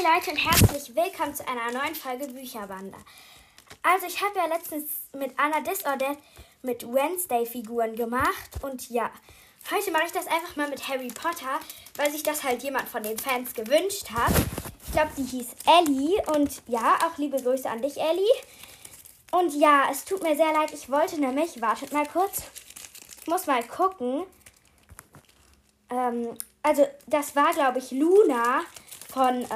Leute und herzlich willkommen zu einer neuen Folge Bücherwander. Also ich habe ja letztens mit Anna Disordered mit Wednesday-Figuren gemacht und ja, heute mache ich das einfach mal mit Harry Potter, weil sich das halt jemand von den Fans gewünscht hat. Ich glaube, die hieß Ellie und ja, auch liebe Grüße an dich, Ellie. Und ja, es tut mir sehr leid, ich wollte nämlich, wartet mal kurz, ich muss mal gucken. Also das war, glaube ich, Luna von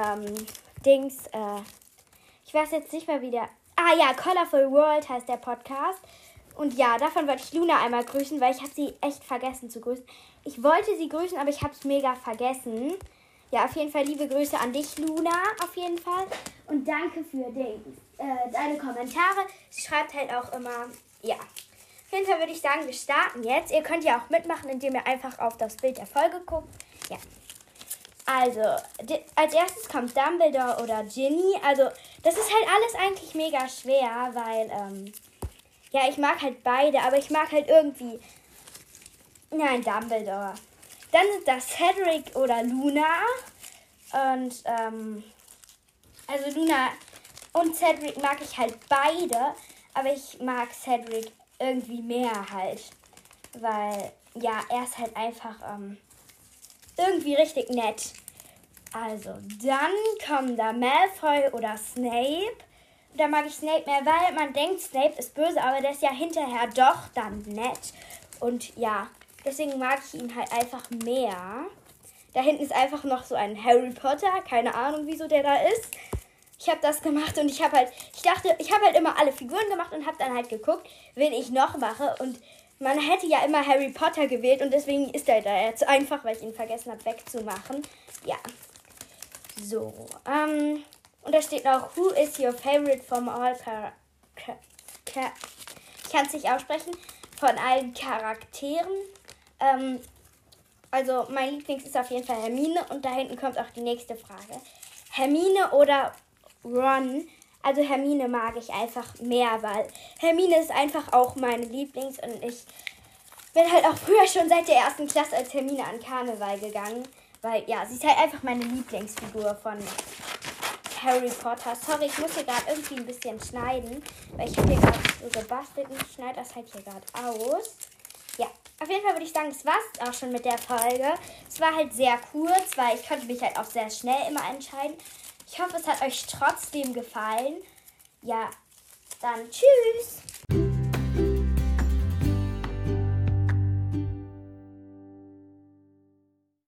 ich weiß jetzt nicht mehr, wie der... Ah ja, Colorful World heißt der Podcast. Und ja, davon wollte ich Luna einmal grüßen, weil ich habe sie echt vergessen zu grüßen. Ich wollte sie grüßen, aber ich habe es mega vergessen. Ja, auf jeden Fall liebe Grüße an dich, Luna, auf jeden Fall. Und danke für deine Kommentare. Sie schreibt halt auch immer, ja. Auf jeden Fall würde ich sagen, wir starten jetzt. Ihr könnt ja auch mitmachen, indem ihr einfach auf das Bild der Folge guckt. Ja. Also, als erstes kommt Dumbledore oder Ginny. Also, das ist halt alles eigentlich mega schwer, weil, ja, ich mag halt beide, aber ich mag halt irgendwie, nein, Dumbledore. Dann sind das Cedric oder Luna. Und, also Luna und Cedric mag ich halt beide, aber ich mag Cedric irgendwie mehr halt, weil, ja, er ist halt einfach, irgendwie richtig nett. Also, dann kommen da Malfoy oder Snape. Da mag ich Snape mehr, weil man denkt, Snape ist böse, aber der ist ja hinterher doch dann nett. Und ja, deswegen mag ich ihn halt einfach mehr. Da hinten ist einfach noch so ein Harry Potter. Keine Ahnung, wieso der da ist. Ich habe das gemacht und ich habe halt immer alle Figuren gemacht und habe dann halt geguckt, wen ich noch mache. Und man hätte ja immer Harry Potter gewählt und deswegen ist er da jetzt einfach, weil ich ihn vergessen habe wegzumachen. Ja. So. Und da steht noch, who is your favorite from all ich kann es nicht aussprechen, von allen Charakteren. Also mein Lieblings ist auf jeden Fall Hermine und da hinten kommt auch die nächste Frage. Hermine oder Ron? Also Hermine mag ich einfach mehr, weil Hermine ist einfach auch meine Lieblings und ich bin halt auch früher schon seit der 1. Klasse als Hermine an Karneval gegangen, weil ja, sie ist halt einfach meine Lieblingsfigur von Harry Potter. Sorry, ich muss hier gerade irgendwie ein bisschen schneiden, weil ich habe hier gerade so gebastelt und ich schneide das halt hier gerade aus. Ja, auf jeden Fall würde ich sagen, das war's auch schon mit der Folge. Es war halt sehr kurz, weil ich konnte mich halt auch sehr schnell immer entscheiden. Ich hoffe, es hat euch trotzdem gefallen. Ja, dann tschüss!